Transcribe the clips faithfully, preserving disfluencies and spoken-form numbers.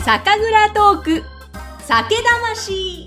酒蔵トーク酒魂。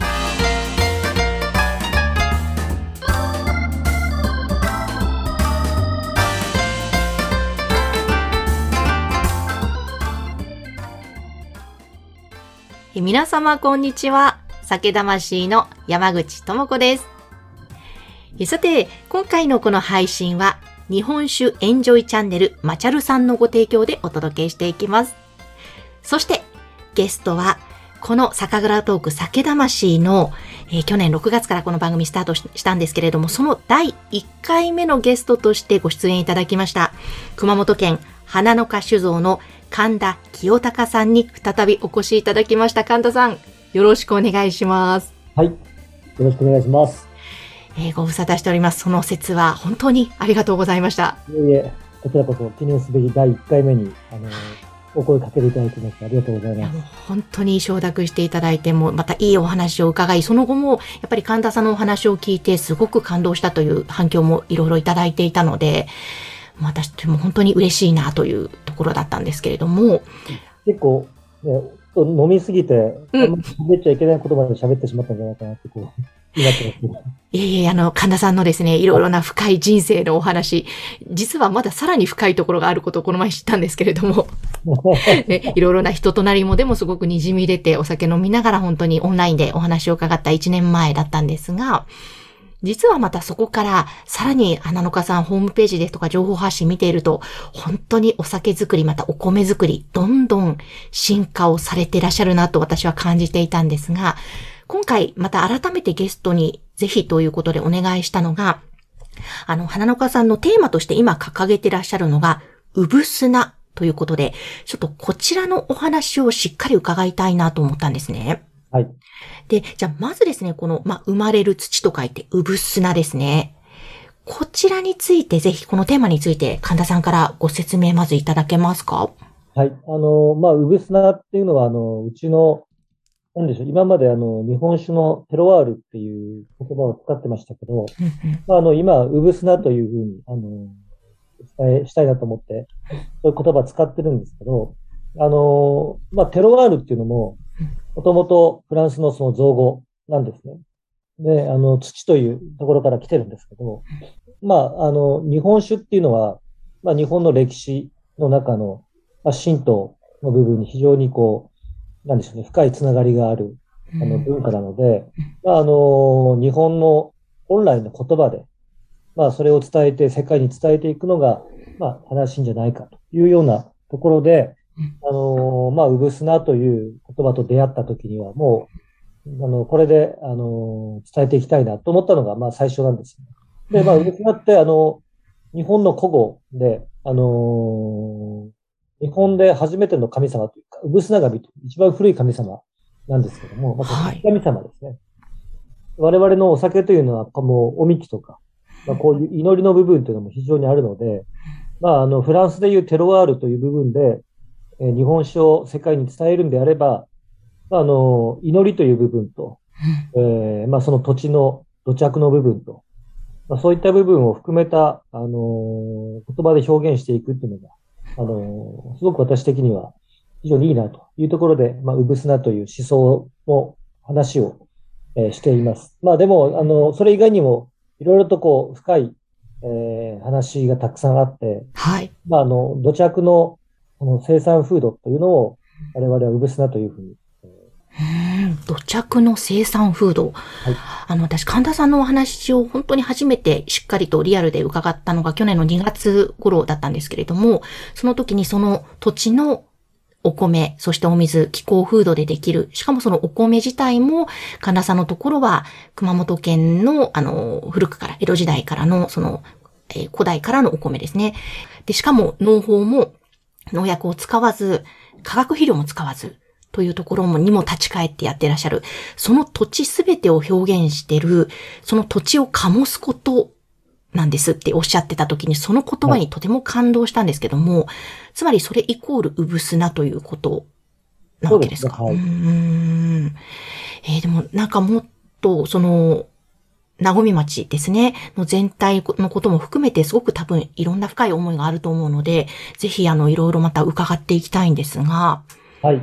皆様こんにちは。酒魂の山口智子です。さて、今回のこの配信は日本酒エンジョイチャンネルマチャルさんのご提供でお届けしていきます。そしてゲストはこの酒蔵トーク酒魂の、えー、去年ろくがつからこの番組スタート し, したんですけれども、そのだいいっかいめのゲストとしてご出演いただきました熊本県花の花酒造の神田清隆さんに再びお越しいただきました。神田さん、よろしくお願いします。 はい、よろしくお願いします。 えー、ご無沙汰しております。その説は本当にありがとうございました。 いえいえ、こちらこそ記念すべきだいいっかいめにあのお声かけていただきましてありがとうございます。 いやもう本当に承諾していただいて、もまたいいお話を伺い、その後もやっぱり神田さんのお話を聞いてすごく感動したという反響もいろいろいただいていたので、私も本当に嬉しいなというところだったんですけれども、 結構、ね、飲みすぎて、うん、あんまり喋っちゃいけない言葉で喋ってしまったんじゃないかなってこう今ってますね。 いえいえ、あの、神田さんのですね、いろいろな深い人生のお話、実はまださらに深いところがあることをこの前知ったんですけれども、ね、いろいろな人となりもでもすごく滲み出て、お酒飲みながら本当にオンラインでお話を伺ったいちねんまえだったんですが、実はまたそこからさらに花の花さんホームページですとか情報発信見ていると、本当にお酒作りまたお米作りどんどん進化をされていらっしゃるなと私は感じていたんですが、今回また改めてゲストにぜひということでお願いしたのが、あの花の花さんのテーマとして今掲げていらっしゃるのがうぶすなということで、ちょっとこちらのお話をしっかり伺いたいなと思ったんですね。 はい。 で、じゃあまずですね、この、まあ、生まれる土と書いて、うぶすなですね。こちらについて、ぜひこのテーマについて、神田さんからご説明まずいただけますか？ はい。あの、まあ、うぶすなっていうのは、あの、うちの、なんでしょう、今まであの、日本酒のテロワールっていう言葉を使ってましたけど、まあ、あの、今、うぶすなというふうに、あの、伝えしたいなと思って、そういう言葉を使ってるんですけど、あの、まあ、テロワールっていうのも、もともとフランスのその造語なんですね。で、あの、土というところから来てるんですけど、まあ、あの、日本酒っていうのは、まあ、日本の歴史の中の、まあ、神道の部分に非常にこう、なんでしょうね、深いつながりがある、あの、文化なので、まあ、あの、日本の本来の言葉で、まあ、それを伝えて、世界に伝えていくのが、まあ、正しいんじゃないかというようなところで、あの、まあ、うぶすなという言葉と出会った時には、もう、あの、これで、あの、伝えていきたいなと思ったのが、まあ、最初なんですね。で、まあ、うぶすなって、あの、日本の古語で、あの、日本で初めての神様というか、うぶすな神という一番古い神様なんですけども、まあ、神様ですね。はい、我々のお酒というのは、もう、おみきとか、まあ、こういう祈りの部分というのも非常にあるので、まあ、あの、フランスでいうテロワールという部分で、日本酒を世界に伝えるんであれば、あの、祈りという部分と、えー、まあその土地の土着の部分と、まあ、そういった部分を含めた、あのー、言葉で表現していくっていうのが、あのー、すごく私的には非常にいいなというところで、まあ、うぶすなという思想の話を、えー、しています。まあでも、あの、それ以外にも、いろいろとこう、深い、えー、話がたくさんあって、 はい。 まああの、土着のこの生産風土というのを我々はうぶすなというふうに。 うん、土着の生産風土。はい、あの、私、神田さんのお話を本当に初めてしっかりとリアルで伺ったのが去年のにがつ頃だったんですけれども、その時にその土地のお米、そしてお水、気候風土でできる。しかもそのお米自体も、神田さんのところは熊本県の、あの、古くから、江戸時代からの、その、えー、古代からのお米ですね。で、しかも農法も、農薬を使わず、化学肥料も使わず、というところもにも立ち返ってやっていらっしゃる。その土地すべてを表現している、その土地を醸すことなんですっておっしゃってた時に、その言葉にとても感動したんですけども、はい、つまりそれイコールうぶすなということなわけですか。 そうですね。はい、 うーん。えー、でもなんかもっと、その、なごみ町ですね、の全体のことも含めてすごく多分いろんな深い思いがあると思うので、ぜひあのいろいろまた伺っていきたいんですが、 はい。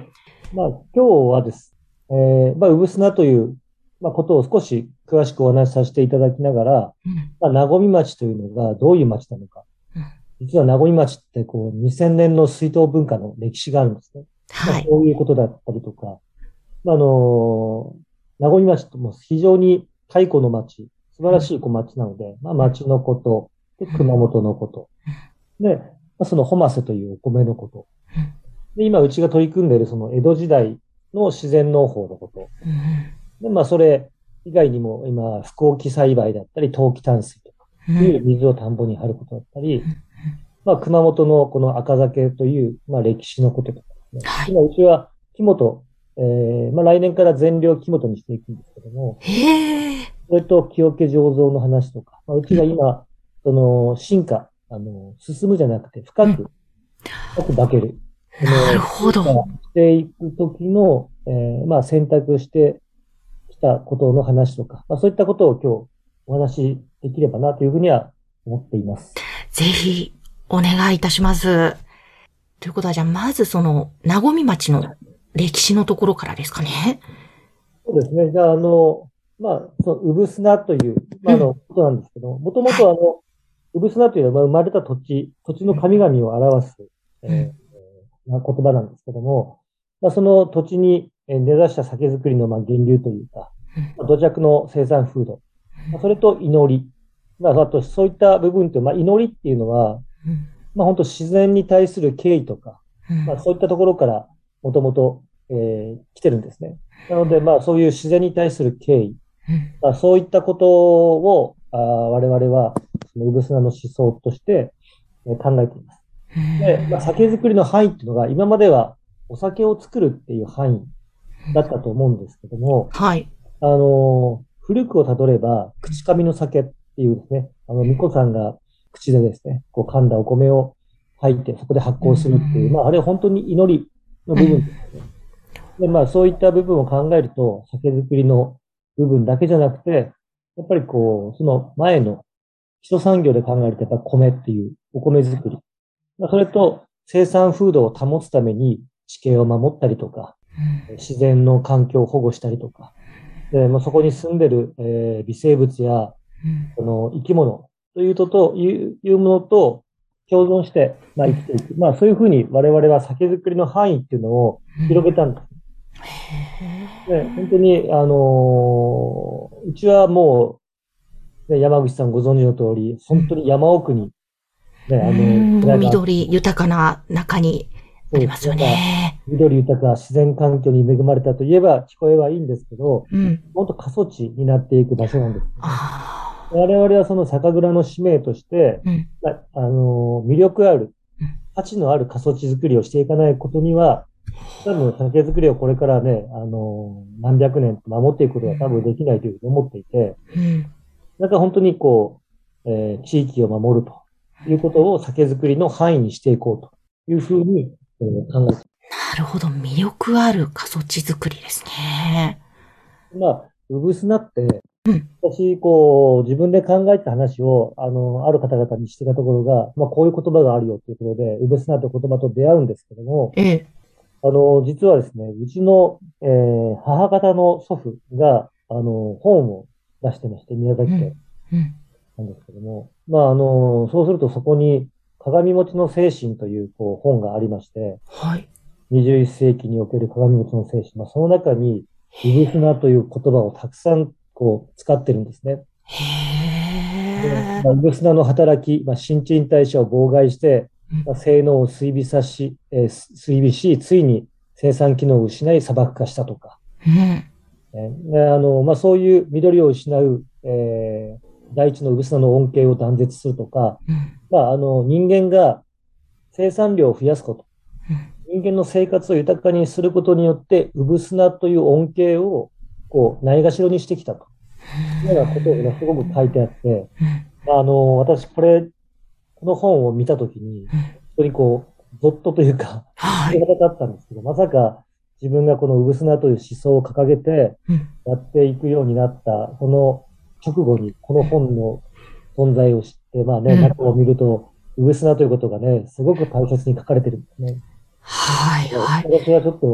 まあ、今日はです。えー、まあ、産砂という、まあ、ことを少し詳しくお話しさせていただきながら、 うん、 まあ、なごみ町というのがどういう町なのか。 うん、 実はなごみ町ってこうにせんねんの水筒文化の歴史があるんですね。まあ、 はい。 そういうことだったりとか、まあ、あのなごみ町とも非常に太古の町、素晴うん、 らしいこう町なので、まあ、 うん、 町のこと、で、 うん、 熊本のこと、で、まあ、そのホマセというお米のこと、で、今うちが取り組んでいるその江戸時代の自然農法のこと、 うん、 で、まあ、それ以外にも今、不耕起栽培だったり、冬季淡水とかうん、うん、 いう水を田んぼに張ることだったり、まあ、熊本のこの赤酒という、まあ、歴史のこととかですね。 はい。 今、うちは木本、えー、まあ、来年から全量木本にしていくんですけども、 へえ。 それと清家醸造の話とか、まあ、うちうん、 が今、その進化、あの、進むじゃなくて深うん。 く、深く化ける。そなるの進化ほど。 していくときの、えー、まあ、選択してきたことの話とか、まあ、そういったことを今日お話しできればなというふうには思っています。 ぜひ、お願いいたします。ということは、じゃあ、まずその、なごみ町の歴史のところからですかね。 そうですね。じゃあ、あの、まあ、その、産砂という、まあ、あの、 うん。 ことなんですけど、もともはい。 とあの、産砂というのは、まあ生まれた土地、土地の神々を表す、えうん。 ーまあ言葉なんですけども、まあ、その土地にえー根ざした酒造りのまあ源流というか、 うん。 まあ土着の生産風土、まあ、それと祈り、まあ、あとそういった部分と、まあ、祈りっていうのは、 うん。 まあ、本当自然に対する敬意とか、 うん。 まあ、そういったところからもともと来てるんですね。なので、まあ、そういう自然に対する敬意、 うん。 まあ、そういったことをあ我々はその産砂の思想としてえー考えています。 うで、まあ、 ん。 酒造りの範囲っていうのが今まではお酒を作るっていう範囲だったと思うんですけども、 はい。 あのー古くをたどれば、口上の酒っていうですね、あの、巫女さんが口でですね、こう噛んだお米を吐いて、そこで発う酵するっていう、まん。 あ、あれは本当に祈りの部分うん。 ですね。で、まあ、そういった部分を考えると、酒造りの部分だけじゃなくて、やっぱりこう、その前の基礎産業で考えると、やっぱ米っていうお米作り。まあ、それと生産風土を保つために地形を守ったりとか、自然の環境を保護したりとか、で、まあ、そこに住んでる、えー微生物やうん。 その生き物というとといういうものと共存して、まあ、生きていく。まあ、そういうふうに我々は酒造りの範囲っていうのを広げたんです。で、本当に、あのーうちはもう、ね、山口さんご存知の通り、 うん。 本当に山奥に、ね、 うあの、 ん。もう寺があって、 緑豊かな中にあそうですね。 りますよまあ、 ね。 緑豊か自然環境に恵まれたといえば聞こえはいいんですけど、 うん。 本当過疎地になっていく場所なんですね。 ああ。 我々はその酒蔵の使命として、 うん。 まあ、あの、魅力ある、 うん。 価値のある過疎地づくりをしていかないことには、多分酒造りをこれからね、あの、何百年守っていくことは多分できないというふうに思っていて、 うん。 なんか本当にこう、えー地域を守るということを酒造りの範囲にしていこうというふうに、えー考えてなるほど。魅力ある過疎地作りですね。 まあ、うぶすなって、 うん。 私、こう、自分で考えた話を、あの、ある方々にしてたところが、まあ、こういう言葉があるよということで、うぶすなという言葉と出会うんですけども、 ええ。 あの、実はですね、うちの、えー母方の祖父が、あの、本を出してまして、宮崎県うん。うん。 なんですけども、まあ、あの、そうするとそこに、鏡餅の精神という、こう、本がありまして、 はい。 にじゅういっ世紀における鏡餅の精神、まあ、その中に、うぶすなという言葉をたくさん、こう、使ってるんですね。 へで、 え。 まあ、ウグスナの働き、まあ、新陳代謝を妨害して、 うん。 まあ、性能を追尾さし、えー追尾し、ついに生産機能を失い砂漠化したとか、 うん。 えーであのまあ、そういう緑を失う、えー大地のウグスナの恩恵を断絶するとか、 うん。 まあ、あの人間が生産量を増やすこと、 うん。 人間の生活を豊かにすることによって、ウブスナという恩恵をこうないがしろにしてきたというようなことがすごく書いてあって、 うん。 あの、私、これ、この本を見たときに、 うん。 本当にこう、ゾッとというか、 はい。 鳥肌立ったんですけど、まさか自分がこのウブスナという思想を掲げてうん。 やっていくようになった、その直後にこの本の存在を知って、まあね、 うん。 中を見ると、ウブスナということがね、すごく大切に書かれてるんですね。 はい。はい。 私はちょっと、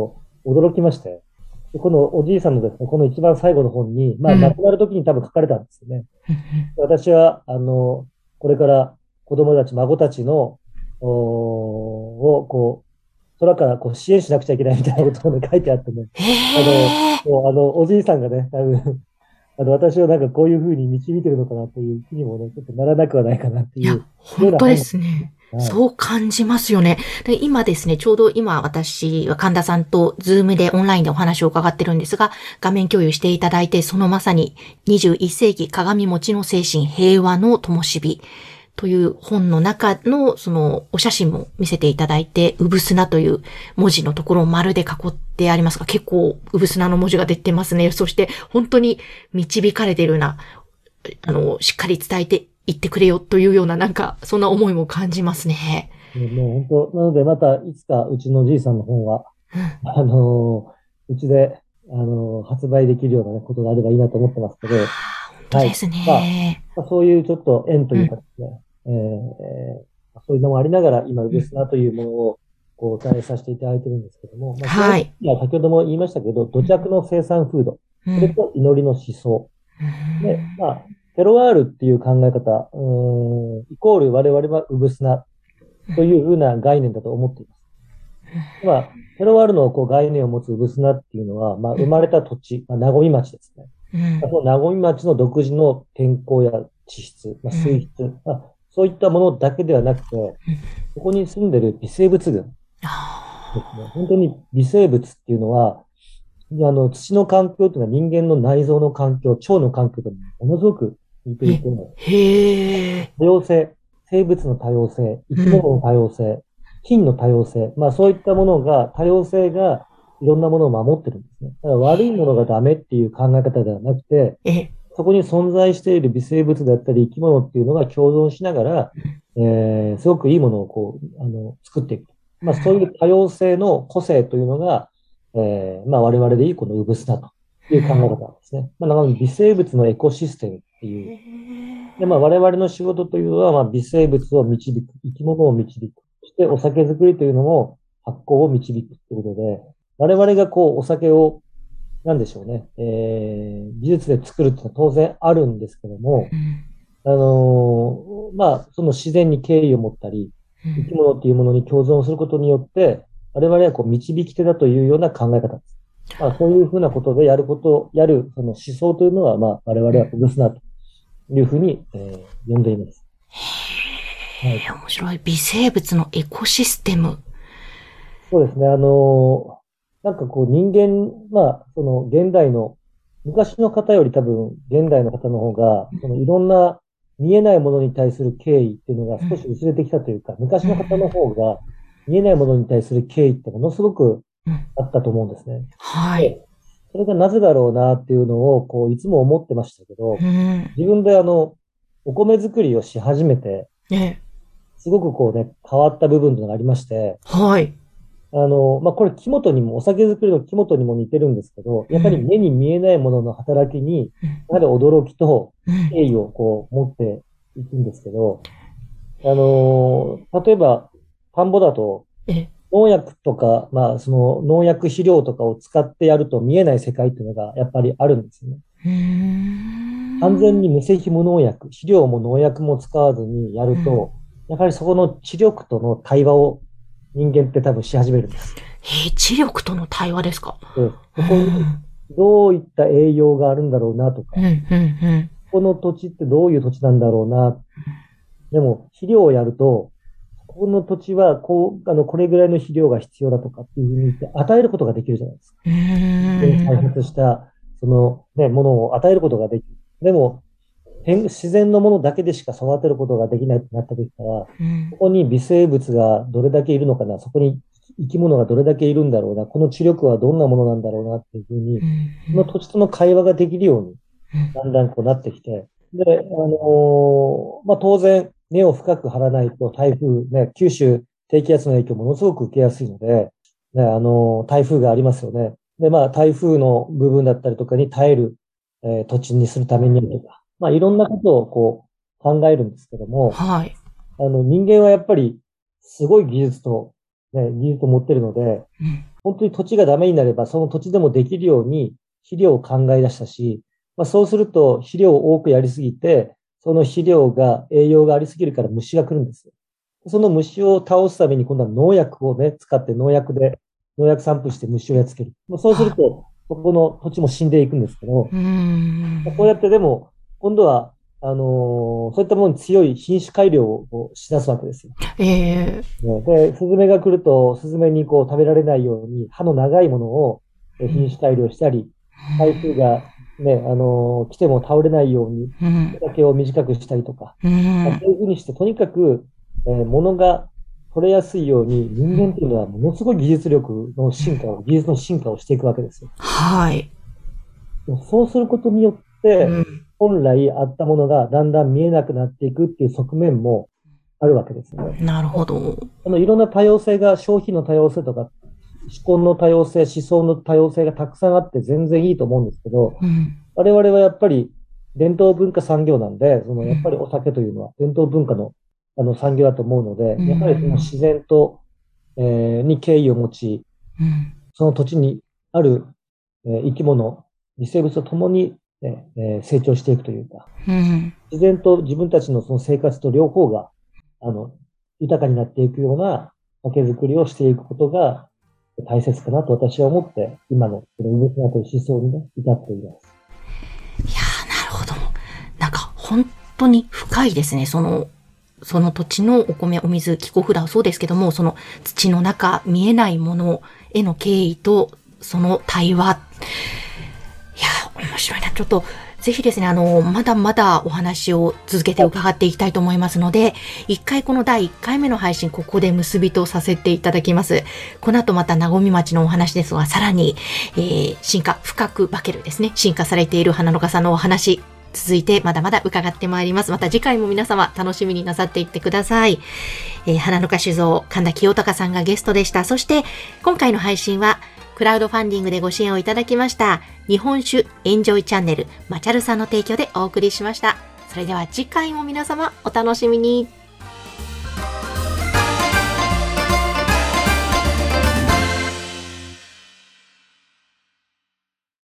驚きまして、でこのおじいさんのですね、この一番最後の本に、まあ、亡くなる時に多分書かれたんですよね。私は、あの、これから子供たち、孫たちの、おを、こう、空からこう支援しなくちゃいけないみたいなことをね、書いてあってね、あの、 へえ。 もうあの、おじいさんがね、多分、あの、私をなんかこういうふうに導いてるのかなという気にもね、ちょっとならなくはないかなっていや、 いうような本本当ですね。 なんです。はい。 そう感じますよね。で今ですね、ちょうど今私は神田さんとズームでオンラインでお話を伺ってるんですが、画面共有していただいて、そのまさににじゅういっ世紀鏡餅の精神平和の灯火という本の中のそのお写真も見せていただいて、うぶすなという文字のところを丸で囲ってありますが、結構うぶすなの文字が出てますね。そして本当に導かれているような、あの、しっかり伝えていってくれよというような、なんか、そんな思いも感じますね。 ねもう本当、なのでまたいつかうちのじいさんの本は、 うん。 あのーうちで、あのー発売できるような、ね、ことがあればいいなと思ってますけど、 本当はい。 ですまあ、 ね。 まあ、そういうちょっと縁というかうん。 ですね、えーそういうのもありながら、今、ウうん。 グスナというものを、こう、お伝えさせていただいてるんですけども、まあ、基本的はい。 には先ほども言いましたけど、土着の生産風土、 うん。 それと祈りの思想。 うで、 ん。 まあ、テロワールっていう考え方、うーん、イコール我々はウグスナというふうな概念だと思っています。まあ、テロワールのこう概念を持つウグスナっていうのは、まあ、生まれた土地、まあ、名古屋町ですね。 うん。 その名古屋町の独自の天候や地質、まあ、 うん。 水質、まあ、そういったものだけではなくて、ここに住んでる微生物群ですね。本当に微生物っていうのは、あの、土の環境というのは人間の内臓の環境、腸の環境とものすごく似ていえ、 て、 へえ。 多様性、生物の多様性、生うん。 き物の多様性、菌の多様性、まあそういったものが、多様性がいろんなものを守ってるんですね。だから悪いものがダメっていう考え方ではなくて、 え、 そこに存在している微生物だったり生き物っていうのが共存しながら、えー、すごくいいものをこう、あの、作っていく。まあそういう多様性の個性というのが、えー、まあ我々でいいこのウブスだという考え方なんですね。まあ、なので微生物のエコシステムっていう、で、まあ、我々の仕事というのは、まあ、微生物を導く、生き物を導く。そして、お酒作りというのも発酵を導くということで、我々がこう、お酒を、なんでしょうね、えー、技術で作るっていうのは当然あるんですけども、 うん。 あのーまあ、その自然に敬意を持ったり、生きうん。 物っていうものに共存することによって、我々はこう、導き手だというような考え方です。まあ、そういうふうなことでやること、やる、その思想というのは、まあ、我々はほぐすなというふうに、えー呼んでいます。はい。 へえ、面白い。微生物のエコシステム。 そうですね。あのーなんかこう人間、まあ、その現代の、昔の方より多分現代の方の方が、そのいろんな見えないものに対する敬意っていうのがうん。 少し薄れてきたというか、昔うん。 の方の方が見えないものに対する敬意ってものすごくうん。 あったと思うんですね。 はい。 で、それがなぜだろうなっていうのを、こう、いつも思ってましたけど、 うん。 自分であの、お米作りをし始めて、 え、 すごくこうね、変わった部分というのがありまして、 はい。 あの、まあ、これ、木本にも、お酒作りの木本にも似てるんですけど、やっぱりうん。 目に見えないものの働きに、 うん。 やはり驚きとうん。 敬意をこう持っていくんですけど、あの、例えば、田んぼだと、 え、 農薬とか、まあ、その農薬肥料とかを使ってやると見えない世界っていうのがやっぱりあるんですよね。 うーん。 完全に無施肥無農薬、肥料も農薬も使わずにやうん。 ると、やはりそこの知力との対話を人間って多分し始めるんです。 え、知力との対話ですか？ で、 うここにん。 どういった栄養があるんだろうなとか、 うん。うん。うん。 この土地ってどういう土地なんだろうな。でも、肥料をやると、ここの土地はこう、あの、これぐらいの肥料が必要だとかっていうふうに言って与えることができるじゃないですか。 うー開ん。 発した、そのね、ものを与えることができる。でも、変自然のものだけでしか育てることができないってなった時から、 うん。 ここに微生物がどれだけいるのかな、そこに生き物がどれだけいるんだろうな、この知力はどんなものなんだろうなっていうふうに、 うん。 その土地との会話ができるように、だんだんこうなってきて、で、あのーまあ、当然、根を深く張らないと台風、ね、九州低気圧の影響ものすごく受けやすいので、ね、あのー台風がありますよね。で、まあ、台風の部分だったりとかに耐える、えー土地にするためにとか、まあ、いろんなことをこう考えるんですけども、 はい。 あの、人間はやっぱりすごい技術と、ね、技術を持ってるので、 うん。 本当に土地がダメになれば、その土地でもできるように肥料を考え出したし、まあ、そうすると肥料を多くやりすぎて、その肥料が栄養がありすぎるから虫が来るんですよ。その虫を倒すために今度は農薬をね、使って農薬で、農薬散布して虫をやっつける。そうすると、そこの土地も死んでいくんですけど、 うんこうやってでも、今度は、あのーそういったものに強い品種改良をし出すわけですよ。 えー、で、スズメが来ると、スズメにこう食べられないように、歯の長いものを品種改良したり、台風がね、あのー来ても倒れないように、丈を短くしたりとか、 うんまあ、そういうふうにして、とにかく、えー、物が取れやすいように、人間っていうのはものすごい技術力の進化を、技術の進化をしていくわけですよ。 はい。 そうすることによって、 うん本来あったものがだんだん見えなくなっていくっていう側面もあるわけですね。 なるほど。 あのいろんな多様性が、消費の多様性とか、思考の多様性、思想の多様性がたくさんあって全然いいと思うんですけど、 うん、我 々はやっぱり伝統文化産業なんで、そのやっぱりお酒というのは伝統文化のあの産業だと思うので、やはりその自然と、えー、に敬意を持ち、 うん、 その土地にある、えー、生き物、微生物と共にねえー、成長していくというか、 うん、 自然と自分たちのその生活と両方が、あの、豊かになっていくような酒造りをしていくことが大切かなと私は思って、今のこのうぶすなという思想にね、至っています。 いやー、なるほど。なんか本当に深いですね。その、その土地のお米、お水、気候不良そうですけども、その土の中、見えないものへの敬意と、その対話。いやー、面白いな。ちょっと、ぜひですね、あの、まだまだお話を続けて伺っていきたいと思いますので、一回このだいいっかいめの配信、ここで結びとさせていただきます。この後また、なごみ町のお話ですが、さらに、えー、進化、深く化けるですね、進化されている花の花さんのお話、続いてまだまだ伺ってまいります。また次回も皆様楽しみになさっていってください。えー、花の花酒造、神田清隆さんがゲストでした。そして、今回の配信は、クラウドファンディングでご支援をいただきました日本酒エンジョイチャンネルマチャルさんの提供でお送りしました。それでは次回も皆様お楽しみに。